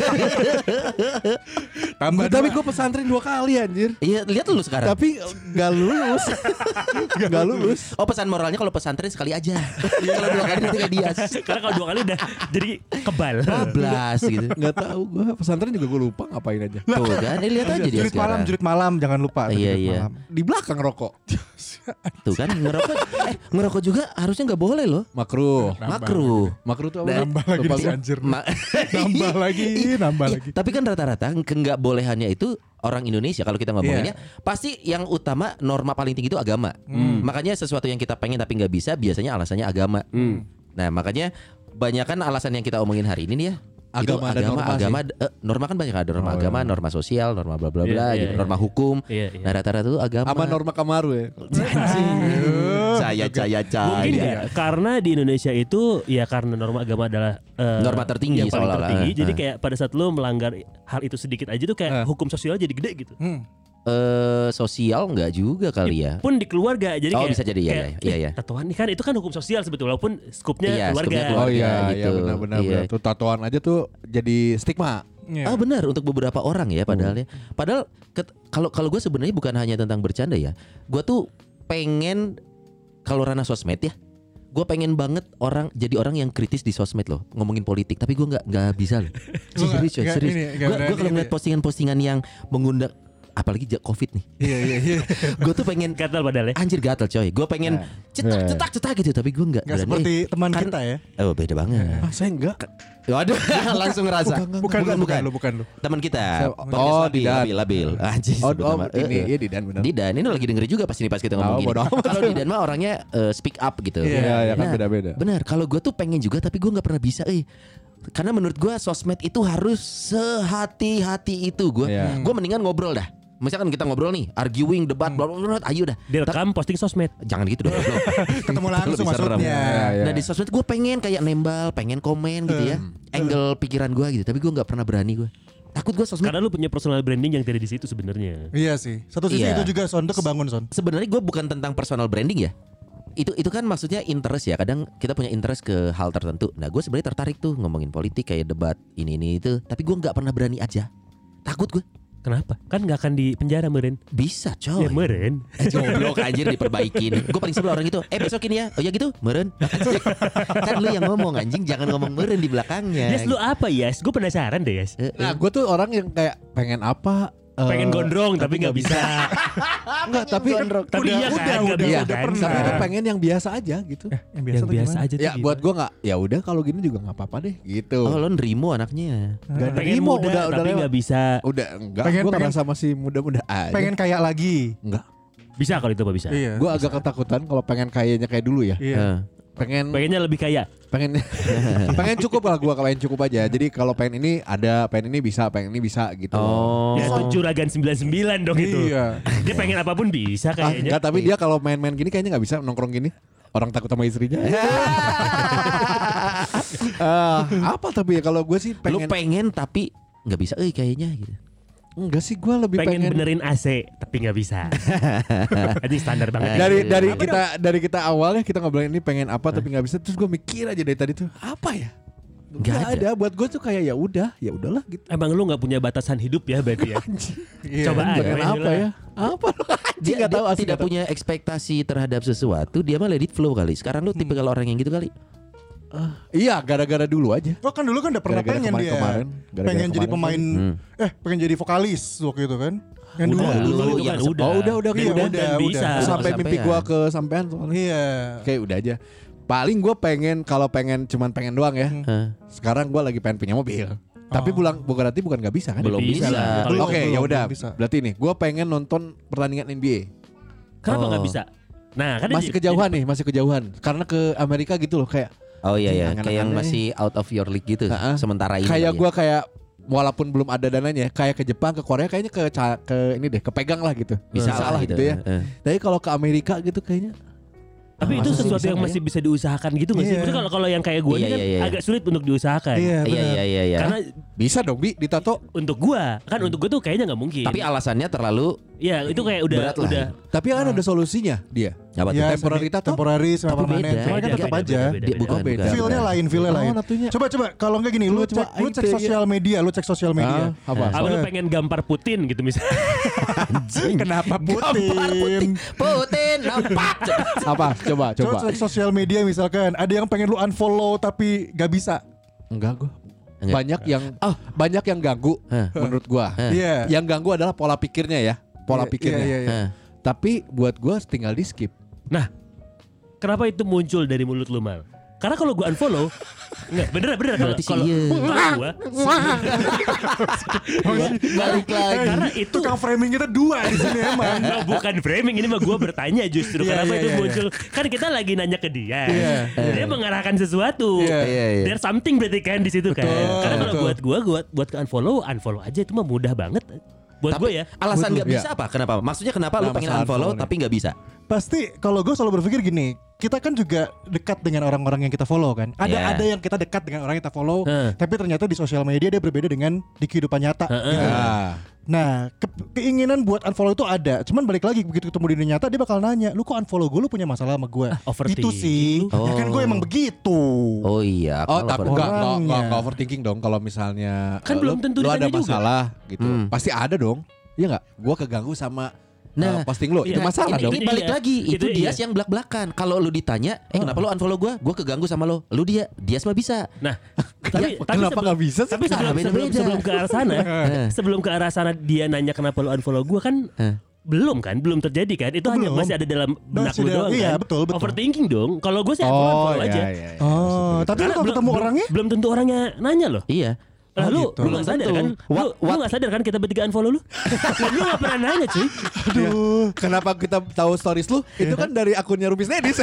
Tambah Tapi dua. gue pesantren dua kali anjir. Iya, lihat lu sekarang. Tapi gak lulus. Gak lulus. Oh, pesan moralnya kalau pesantren sekali aja. Kalau dua kali nanti kayak dia. Karena kalau dua kali udah jadi kebal. Bablas gitu. Gak tahu gue pesantren juga gue lupa ngapain aja. Tuh kan, eh, lihat aja dia Jurit malam, sekarang. jurit malam, jangan lupa. tuh, Iya, jurit iya. malam. Di belakang rokok. Tuh kan ngerokok. Eh, ngerokok juga harusnya nggak boleh loh. Makruh. Makruh. Makruh tuh apa? Nambah lagi Lupa nih gua. anjir. Ma- Nambah lagi, nambah Ih, lagi. Tapi kan rata-rata ke nggak bolehannya itu orang Indonesia kalau kita ngomonginnya pasti yang utama norma paling tinggi itu agama. Makanya sesuatu yang kita pengen tapi nggak bisa biasanya alasannya agama. Nah makanya banyak kan alasan yang kita omongin hari ini nih ya. Agama itu dan agama, norma agama, eh, norma kan banyak ada norma Oh, agama, iya. norma sosial, norma bla bla Iya, bla, iya, gitu, iya. norma hukum. Iya, iya. Nah rata-rata itu agama. Sama norma Kamaru ya. Saya caya Mungkin caya. ya, karena di Indonesia itu ya karena norma agama adalah eh, Norma tertinggi yang paling seolah-olah. tertinggi. Jadi Eh. kayak pada saat lu melanggar hal itu sedikit aja tuh kayak hukum sosial jadi gede gitu. Hmm. Eh sosial nggak juga kali ya. Pun di keluarga jadi Oh, kayak, bisa jadi, iya, kayak, iya, iya. eh, tatoan nih kan itu kan hukum sosial sebetulnya walaupun skupnya Iya, keluarga. skupnya Oh keluarga. iya, gitu. iya benar-benar. Iya. Tuh tatoan aja tuh jadi stigma. Iya. Oh benar untuk beberapa orang ya padahal ya. Padahal ket- kalau kalau gue sebenarnya bukan hanya tentang bercanda ya. Gue tuh pengen kalau ranah sosmed ya. Gue pengen banget orang jadi orang yang kritis di sosmed loh ngomongin politik. Tapi gue nggak nggak bisa loh. Lu nggak- Serius coy, nggak serius. ini, nggak Gue berani kalau gitu ngeliat ya? postingan-postingan yang mengundang apalagi ja- covid nih. Iya iya iya. Gue tuh pengen Gatal padahal ya. anjir gatel coy. Gue pengen cetak cetak cetak gitu tapi gue nggak Enggak berani. seperti Eh, teman kan- kita ya. Oh beda banget. Ah, saya enggak. Waduh langsung ngerasa. Bukan lu, bukan lu, bukan lu. Teman kita. Saya- Podcast oh, labil, Didan. labil, labil. Anjir. Oh, sebut oh nama. ini Eh, eh. iya Didan benar. Didan ini lagi dengerin juga pas ini pas kita ngomong Oh, gini. bodoh amat. Kalau Didan mah orangnya eh, speak up gitu. Iya, ya kan Nah, beda-beda. Benar. Kalau gue tuh pengen juga tapi gue nggak pernah bisa. Eh, karena menurut gue sosmed itu harus sehati-hati itu gue. Iya. Gue mendingan ngobrol dah. Misalkan kita ngobrol nih, arguing, debat, bla bla bla, ayo dah. Direkam posting sosmed. Jangan gitu dong. goblok. Ketemu langsung Lebih serem. maksudnya. Iya, iya. Nah di sosmed gue pengen kayak nembal, pengen komen gitu ya, angle pikiran gue gitu. Tapi gue nggak pernah berani gue. Takut gue sosmed. Karena lu punya personal branding yang tidak di situ sebenarnya. Iya sih. Satu sisi Iya. itu juga Son tuh kebangun Son. Sebenarnya gue bukan tentang personal branding ya. Itu itu kan maksudnya interest ya. Kadang kita punya interest ke hal tertentu. Nah gue sebenarnya tertarik tuh ngomongin politik kayak debat ini ini itu. Tapi gue nggak pernah berani aja. Takut gue. Kenapa? Kan nggak akan di penjara meren. Bisa coy. Ya meren. Eh, goblok anjir diperbaikin. Gue paling sebel orang gitu. Eh besokin ya. Oh ya gitu. Meren. Kan lu yang ngomong anjing. Jangan ngomong meren di belakangnya. Yes lu apa Yes? Gue penasaran deh Yes. Eh, eh. Nah, gue tuh orang yang kayak pengen apa? eh, Pengen gondrong tapi nggak bisa. Enggak, tapi Tapi Udah, iya kan, udah, nggak udah, bisa udah kan. pernah. tapi gue pengen yang biasa aja gitu. Yang biasa, Yang tuh biasa gimana? aja tuh. Ya buat gue nggak, ya udah kalau gini juga nggak apa-apa deh gitu. Oh lo nerimo anaknya. Gak Pengen nerimo, muda udah udah tapi lewat. nggak bisa. Udah enggak, Pengen- gue pengen- merasa masih muda-muda aja. Pengen kayak lagi. Enggak. Bisa kalau itu mah bisa. Iya. Gue agak ketakutan kalau pengen kayaknya kayak dulu ya. Iya. Eh. Pengen Pengennya lebih kaya. pengen pengen cukup lah gue, pengen cukup aja. Jadi kalau pengen ini ada, pengen ini bisa, pengen ini bisa gitu. Oh. Ya itu juragan sembilan puluh sembilan dong itu. Iya. Dia pengen apapun bisa Ah, kayaknya. enggak, tapi dia kalau main-main gini kayaknya nggak bisa nongkrong gini. Orang takut sama istrinya. Ah, apa tapi ya kalau gue sih Lu pengen, pengen tapi nggak bisa. Eh kayaknya gitu. enggak sih, gue lebih pengen, pengen, benerin A C tapi nggak bisa. Jadi standar banget. dari Iya. dari Apa kita dari kita awalnya kita ngobrolin ini pengen apa tapi nggak bisa, terus gue mikir aja dari tadi tuh apa ya. Nggak Nggak ada. ada. Buat gue tuh kayak ya udah, ya udahlah gitu. Emang lu nggak punya batasan hidup ya berarti ya? Iya. Coba Pengen aja. apa ya? Apa lu anjing Dia, nggak tahu dia asli tidak nggak tahu. punya ekspektasi terhadap sesuatu. Dia mah let it flow kali. Sekarang lu tipe kalau orang yang gitu kali. Iya, gara-gara dulu aja. Oh kan dulu kan udah pernah Gara-gara pengen dia. kemarin-kemarin. Gara-gara pengen jadi kemarin pemain Hmm. eh pengen jadi vokalis waktu itu kan. Yang Udah, dulu. dulu Dulu itu yang kan se- udah. Oh, udah, udah, Iya, udah, dan udah. bisa. Udah. Sampai kesampean. mimpi gue kesampean soalnya. Iya. Kayak udah aja. Paling gue pengen, kalau pengen cuman pengen doang ya. Hah? Sekarang gue lagi pengen punya mobil. Tapi Oh. bukan bukan berarti bukan nggak bisa kan? Belum Bisa bisa. lah. Oke, Kalau Belum, ya belum, udah. belum bisa. Berarti nih, gue pengen nonton pertandingan N B A. Kenapa Oh. nggak bisa? Nah, kan Masih kejauhan nih, masih kejauhan. Karena ke Amerika gitu loh, kayak Oh iya ya, Angan-angan kayak yang nih. masih out of your league gitu. Ha-ha. Sementara ini. kayak kali gue kayak walaupun belum ada dananya, kayak ke Jepang, ke Korea, kayaknya ke ca- ke ini deh, kepegang lah gitu. ya. Bisa lah lah gitu, gitu ya. Eh. Tapi kalau ke Amerika gitu kayaknya. Tapi itu Masa sih sesuatu bisa yang nggak masih bisa diusahakan gitu nggak sih? Iya. Maksudnya kalau kalau yang kayak gue Iya, ini kan iya, iya. agak sulit untuk diusahakan. Iya, Iya benar. iya iya iya. Karena Bisa dong Bi ditato. Untuk gua, kan untuk gua tuh kayaknya nggak mungkin. Tapi alasannya terlalu ya itu kayak udah berat lah. udah Tapi kan ada solusinya dia. apa tuh? Ya, temporary semi- tato? temporary sama Tapi permanen. beda. Cuma kan Beda, tetap beda, aja. beda, beda, Dia bukan, Oh, beda. bukan. Feel-nya lain, feel-nya Oh, lain. natunya. Coba coba kalau enggak gini, lu Coba cek lu cek aing teh, sosial media, lu cek sosial media. Ah, apa? apa lu pengen gambar Putin gitu misalnya. Kenapa Putin? Putin nampak. Apa? Coba Coba coba. cek sosial media misalkan, ada yang pengen lu unfollow tapi gak bisa. Enggak gua. Enggak. Banyak yang Oh. banyak yang ganggu Hah. menurut gua. Iya. Yang ganggu adalah pola pikirnya ya, pola Iya, pikirnya. iya, iya, iya. Hah. Tapi buat gua tinggal di skip. Nah, kenapa itu muncul dari mulut lu Mal? Karena kalau gua unfollow, enggak bener bener kalau Berarti sih kalau iya. kalau gua Balik lagi. karena itu Tukang framing kita dua di sini emang. Nah, bukan framing ini mah gue bertanya justru Iya, kenapa iya, itu iya, muncul kan kita lagi nanya ke dia Iya. dia mengarahkan sesuatu Iya. Iya, iya. there's something berarti kan di situ kan karena kalau betul. buat gue buat buat ke unfollow unfollow aja itu mah mudah banget buat gue ya. Alasan nggak Iya. bisa apa? Kenapa? Maksudnya kenapa lu Kenapa pengen salah unfollow unfollow tapi nggak bisa? Pasti kalau gue selalu berpikir gini, kita kan juga dekat dengan orang-orang yang kita follow kan. Ada Iya. ada yang kita dekat dengan orang yang kita follow, Heeh. tapi ternyata di sosial media dia berbeda dengan di kehidupan nyata. Heeh. Gitu. Ah. Nah, ke- keinginan buat unfollow itu ada. Cuman balik lagi begitu ketemu di dunia nyata dia bakal nanya, "Lu kok unfollow gue? Lu punya masalah sama gue?" overthinking Itu sih. lu. Ya kan gue emang begitu. Oh iya. Oh, kalau tapi per- enggak, enggak, Orangnya. enggak, enggak overthinking dong kalau misalnya Kan eh, belum lu- tentu lu ada ditanya juga. masalah gitu. Hmm. Pasti ada dong. Iya enggak? Gua keganggu sama Nah, eh, posting lu. Itu iya, masalah ini, dong. ini balik Iya. lagi. Itu, Itu Dias iya. yang belak-belakan. Kalau lu ditanya, eh kenapa lu unfollow gue? Gue keganggu sama lo. Lu dia, Dias mah bisa. Nah, tapi, tapi Kenapa sebelum- nggak bisa sih? Tapi sebelum, Nah, sebelum, beda-beda. sebelum ke arah sana, sebelum ke arah sana dia nanya kenapa lu unfollow gue kan Hah. belum kan, belum terjadi kan? Itu hanya Belum. masih ada dalam benak Masih lu dalam- doang iya, kan? betul, betul. Overthinking dong. Kalau gue sih unfollow, Oh, unfollow iya, aja. iya, iya. Oh, tapi lu Karena kalau belum- ketemu belum- orangnya belum tentu orangnya nanya loh. Iya. Lah, Oh, lu gitu. lu nggak sadar Tentu. kan? Lu, What- lu what- nggak sadar kan kita bertiga unfollow lu? Lah, lu nggak pernah nanya cuy. aduh. Kenapa kita tahu stories lu? Itu kan dari akunnya Rubis Nedis.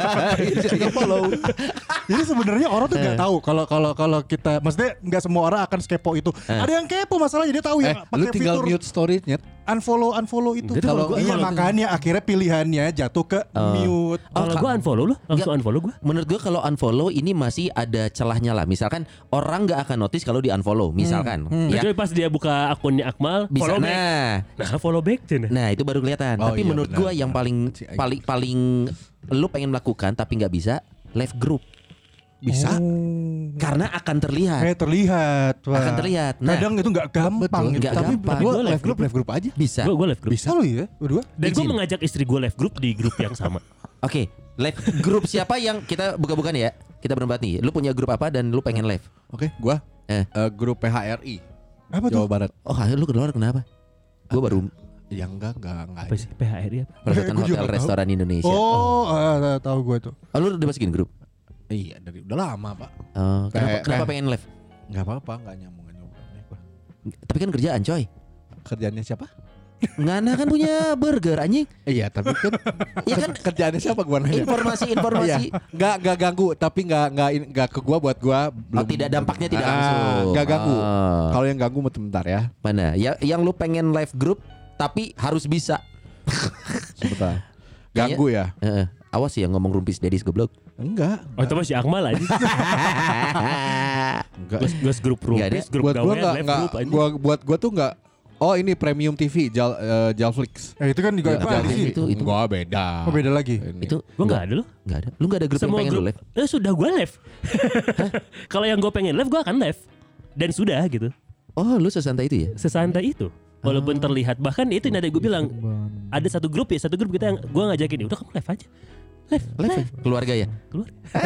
Kita follow. Jadi sebenarnya orang tuh nggak tahu kalau kalau kalau kita, maksudnya nggak semua orang akan sekepo itu. Ada yang kepo masalahnya dia tahu Eh, ya lu pakai tinggal fitur mute story-nya. unfollow unfollow itu. Jadi kalau gua- iya kalau- makanya akhirnya pilihannya jatuh ke mute. Kalau gue unfollow lu, langsung unfollow gue. Menurut gue kalau unfollow ini masih ada celahnya lah. Misalkan orang nggak akan notice kalau di unfollow. Misalkan, ya Kecuali pas dia buka akunnya Akmal, bisa. follow back. Nah, Nah, follow back cina. nah itu baru kelihatan. Oh, Tapi iya, menurut benar, gue yang benar. paling Si Aing. paling paling lu pengen melakukan tapi nggak bisa, left group Bisa. Oh. karena akan terlihat. Kayak terlihat. Wah. Akan terlihat. Nah, Kadang itu nggak gampang. gitu. nggak Tapi gampang. gua Gua live live group, live group aja. Bisa. Gue gue left group. Bisa. Oh iya, berdua. Dan gue Izin. mengajak istri gue left group di grup yang sama. Oke, live grup siapa yang kita buka-bukan ya? Kita berempat nih. Lu punya grup apa dan lu pengen live? Oke, gua Eh. eh, grup P H R I Apa Jawa tuh? Barat. Oh, lu keluar kenapa? Gue baru Ya enggak, enggak, enggak. Apa sih P H R I apa? Persatuan Gua juga Hotel tahu. Restoran Indonesia. Oh, ah, tahu gue tuh. Oh, lu udah masukin grup? Iya, dari udah lama, Pak. Oh, kenapa, Kayak- kenapa kayak- pengen live? Enggak apa-apa, enggak nyambung, enggak nyambung. Nih, gua. Tapi kan kerjaan coy. Kerjaannya siapa? Ngana kan punya burger anjing. Iya, tapi kan Iya kan kerjaannya siapa gua nanya? informasi-informasi. Iya, nggak nggak ganggu, tapi nggak nggak in- nggak ke gua buat gua. Oh, tidak, dampaknya tidak Ah, langsung. nggak ganggu. Oh. Kalau yang ganggu bentar ya, Mana? Ya, yang lu pengen live grup tapi harus bisa. sebentar. Ganggu ya? Heeh. Awas ya ngomong rumpis dedis goblok. Enggak. Oh itu masih Akmal aja. Enggak. Gue gue grup Nggak ada. rumpis, grup Buat gua gawean, nggak left nggak. group aja. Gua buat gua tuh nggak. Oh ini premium T V Jal eh, Jalflix. Eh, itu kan juga Nggak, apa nggak, sih? itu itu Gua beda. Oh, beda lagi. Ini. itu Gue nggak ada loh. Nggak ada. Lu nggak ada grup yang Semua pengen lu grup. live? Eh sudah gue live. Kalau yang gue pengen live, gue akan live. Dan sudah gitu. Oh, lu sesantai itu ya? Sesantai itu. Walaupun terlihat, bahkan itu yang tadi gue bilang ada satu grup ya, satu grup kita yang gue ngajakin, udah kamu live aja, live, Live, ya? Keluarga ya? keluar.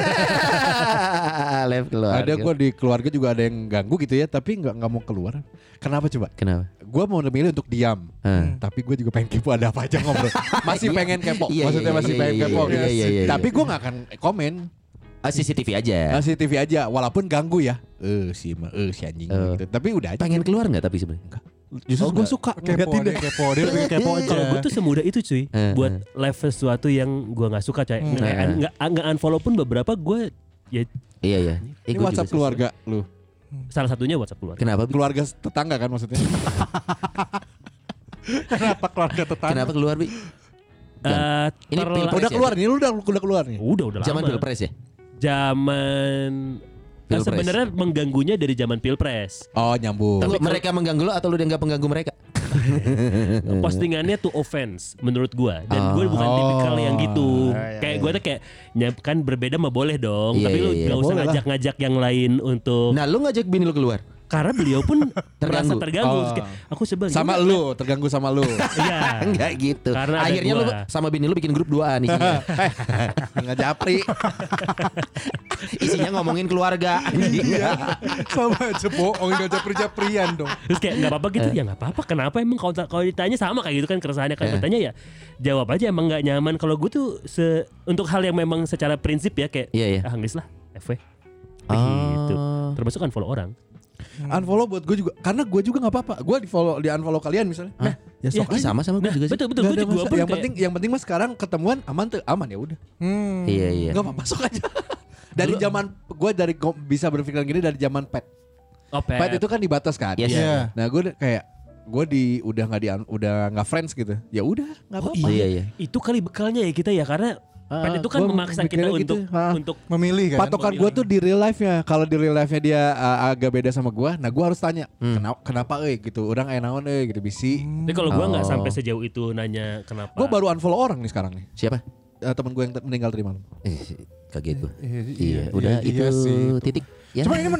Live keluarga. Ada gua di keluarga juga ada yang ganggu gitu ya, tapi nggak nggak mau keluar. Kenapa coba? Kenapa? Gua mau memilih untuk diam. Hah. Tapi gue juga pengen kepo ada apa aja ngobrol. Masih pengen kepo. Iya, Maksudnya iya, masih iya, pengen iya, kepo. iya, iya, iya, Tapi iya. gue nggak akan komen. Ah, C C T V aja. Kasih T V aja, walaupun ganggu ya. Eh si mah, eh si anjing Eh. gitu. Tapi udah aja. Pengen keluar nggak tapi sebenarnya? Justru Oh, gue enggak. suka Kepo, ngeliatin dia deh. kepo, dia lebih kepo aja. Kalau gue tuh semudah itu cuy, Eh, buat live sesuatu yang gue nggak suka coy. Nggak Eh. nggak nggak unfollow pun beberapa gue ya Iya iya. Eh, Ini gua WhatsApp juga keluarga lu. salah satunya WhatsApp keluarga. Kenapa? Bi? Keluarga tetangga kan maksudnya. Kenapa keluarga tetangga? Kenapa keluar, Bi? Eh, Ini terla- pilpres Udah ya? keluar nih, lu udah udah keluar nih. Udah udah Zaman lama. pilpres ya? Zaman Pilpres. sebenarnya mengganggunya dari zaman Pilpres. Oh nyambung. Tunggu, mereka mengganggu lo atau lu dianggap pengganggu mereka? Postingannya tuh offense menurut gua dan Oh. gue bukan tipikal Oh. yang gitu. Ya, ya, kayak ya. gue tuh kayak nyap- kan berbeda mah boleh dong, Iya, tapi lu iya, iya. gak usah Boleh lah. ngajak-ngajak yang lain untuk Nah, lu ngajak bini lu keluar. karena beliau pun merasa Terganggu. terganggu. Oh. Kayak, aku sebel. Sama Gimana? lu, terganggu sama lu. Iya. Enggak gitu. Karena ada Akhirnya lu gua. sama bini lu bikin grup duaan isinya. Enggak japri. Isinya ngomongin keluarga. Iya. Sama aja bohong enggak japri-japrian dong. Terus kayak nggak apa-apa gitu, ya nggak apa-apa. Kenapa emang kalau kalau ditanya sama kayak gitu kan keresahannya kan Eh. bertanya ya jawab aja emang nggak nyaman. Kalau gue tuh se untuk hal yang memang secara prinsip ya kayak Iya, iya. ah geus lah F W. Oh. Gitu. Termasuk kan follow orang. Unfollow buat gue juga, karena gue juga nggak apa-apa. Gue di follow, di unfollow kalian misalnya. Nah, ya sok Ih, aja. sama sama gue juga sih. Betul betul Nggak gue ada juga masalah. pun Yang kayak- penting, yang penting mas sekarang ketemuan aman tuh, aman ya udah. Hmm. Iya iya. Nggak apa-apa, sok aja. Dari zaman gue dari go- bisa berpikiran gini dari zaman pet. Oh, pet. Pet itu kan dibatas kan. Yes. Iya. Nah gue kayak gue di udah nggak di udah nggak friends gitu. Ya udah nggak Oh, apa-apa. Iya iya. Itu kali bekalnya ya kita ya karena Ah, pet itu kan gua memaksa kita mikirnya untuk gitu. Ah. untuk Memilih kan. Patokan gue tuh di real life-nya. Kalau di real life-nya dia uh, agak beda sama gue, nah gue harus tanya kenapa, kenapa eh gitu. Orang eh naon eh gitu bisi. Tapi kalau gue nggak Oh. sampai sejauh itu nanya kenapa. Gue baru unfollow orang nih sekarang nih. Siapa? Uh, temen gue yang te- meninggal tadi malam. Eh, kaget gue. Iya, Iya, iya, udah iya, itu iya sih, itu. titik. Ya. Cuma ini men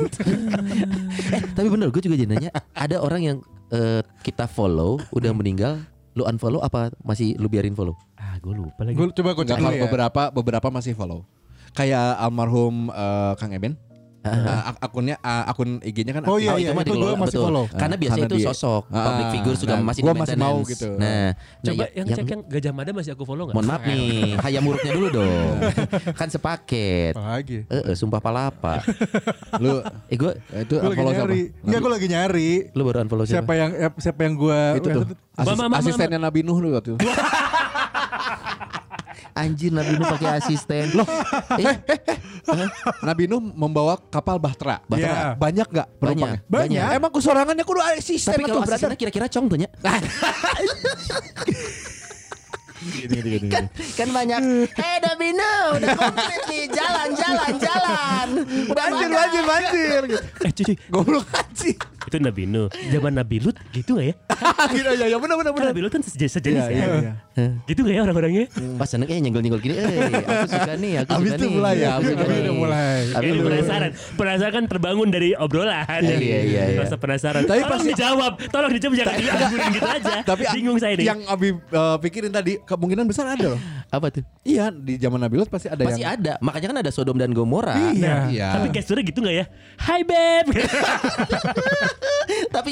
eh, tapi bener gue juga jadi nanya, ada orang yang eh, kita follow udah meninggal, lu unfollow apa masih lu biarin follow? Ah gue lupa lagi. Gue coba gue cek Enggak, dulu kalau ya. beberapa beberapa masih follow. Kayak almarhum uh, Kang Eben. Uh, ak- akunnya uh, akun I G-nya kan Oh aktif. iya, iya, mah itu dikelola, gua masih betul. follow. Karena Ah, biasanya karena itu dia- sosok Ah, public figure juga nah, masih gua di masih mau maintenance. gitu. Nah, nah, Coba ya- yang, cek yang Gajah Mada masih aku follow nggak? mohon maaf nih, hayam muruknya dulu dong. Kan sepaket. Lagi. Eh, eh, sumpah palapa. Lu Eh gue, itu Gue lagi unfollow siapa? nyari. Enggak, gue lagi nyari. lu baru unfollow Siapa siapa? yang eh, siapa yang gue Itu tuh. Asis- Mama, mama, asistennya Nabi Nuh lu waktu itu. Anjir, Nabi Nuh pakai asisten. Loh, eh, Nabi Nuh membawa kapal Bahtera. Bahtera. Banyak gak penumpangnya? Banyak. Banyak. Emang kusorangannya kudu asisten tapi kalau tuh, brother. asistennya kira-kira cong tuh nya. kan, kan banyak. Hei Dabino, udah komplit nih, jalan, jalan, jalan. Udah Banjir, banyak. banjir, banjir. Gitu. Eh cuy, cuy, Goblok anjing. itu Nabi Nuh. Zaman Nabi Lut gitu nggak ya? Gitu ya, ya benar benar Kan benar. Nabi Lut kan sejenis, sejenis Iya, ya. iya, iya. Gitu nggak ya orang-orangnya? Pas seneng eh nyenggol-nyenggol gini, eh aku suka nih, aku Abis suka itu nih. mulai ya, aku abis suka itu nih. udah mulai. Abis Kayak itu penasaran, penasaran kan terbangun dari obrolan. Iya, iya, iya, iya. Rasa penasaran. Tapi Tolong pasti- dijawab, tolong dijawab jangan dianggurin gitu aja. Tapi bingung saya nih. Yang Abi uh, pikirin tadi kemungkinan besar ada loh. Apa tuh? Iya, di zaman Nabi Lut pasti ada Masih yang ada, makanya kan ada Sodom dan Gomora. Iya. Iya. Tapi gesturnya gitu nggak ya? Hai beb. Tapi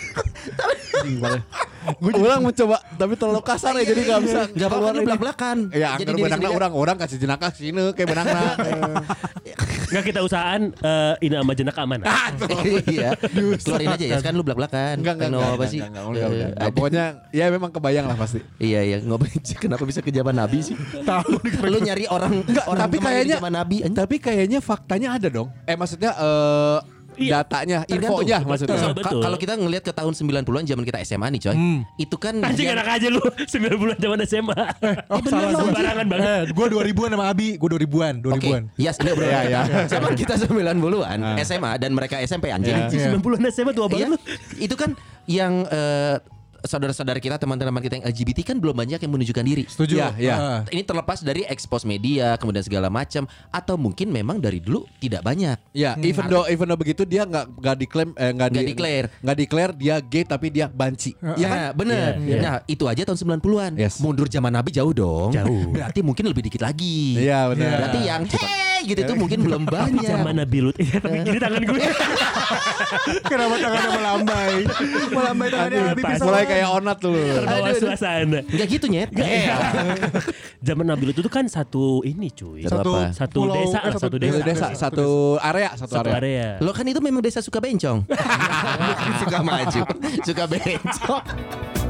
Orang mencoba tapi terlalu kasar ya jadi nggak bisa nggak apa-apa lu ini. belak-belakan. Ya, Jadi angker diri benangna sendiri. orang orang kasih jenaka sini kayak benangna. Nggak kita usahaan eh, ini sama jenak aman. Iya. Keluarin aja ya, kan lu belak-belakan. Enggak enggak Kan enggak. apa sih? Enggak, enggak, enggak, Eh, enggak. ada- Pokoknya ya memang kebayang lah pasti. Iya iya, ngobrol kenapa bisa ke zaman Nabi sih? Tahu Lu nyari orang Enggak, orang tapi kemana di kayaknya zaman Nabi anjing. tapi kayaknya faktanya ada dong. Eh maksudnya eh Iya, datanya, tergantung. infonya Betul. maksudnya. Betul, Ka- betul. Kalau kita ngelihat ke tahun sembilan puluhan zaman kita S M A nih coy. Hmm. Itu kan Anjing yang- enak aja lu sembilan bulan zaman S M A. Oh, Bener salah, lu, salah. sembarangan banget. Eh, gue dua ribuan sama Abi, gue dua ribuan, dua Oke, ribuan. yes, ini bro. Iya, iya. Zaman kita sembilan puluhan S M A dan mereka S M P anjing. Iya. Iya. sembilan bulan S M A tua banget Iya, lu. itu kan yang eh, saudara-saudara kita, teman-teman kita yang L G B T kan belum banyak yang menunjukkan diri. Setuju. Iya, iya. Ah. Ini terlepas dari expose media, kemudian segala macam, atau mungkin memang dari dulu tidak banyak. Ya, even though even though begitu dia nggak nggak diklaim eh, nggak Nggak di, declare. nggak declare dia gay tapi dia banci. Iya kan? Bener. Iya, iya. Nah itu aja tahun sembilan puluhan. Yes. Mundur zaman Nabi jauh dong. Jauh. Berarti mungkin lebih dikit lagi. Iya, benar. Berarti yang hey gitu tuh mungkin belum banyak. Zaman Nabi Lut. Iya, tapi gini tangan gue. Kenapa tangannya melambai? Melambai tangannya Aduh, Abi pas. bisa. Mulai kayak onat tuh. Terbawa Aduh, aduh. suasana. Enggak gitu nyet. Zaman Nabi Lut itu kan satu ini cuy. Satu Satu apa? Satu pulau, desa eh, lah, satu desa. Satu desa, satu area, satu, Satu area. area. Lo kan itu memang desa suka bencong. Bukan suka maju, suka bencong.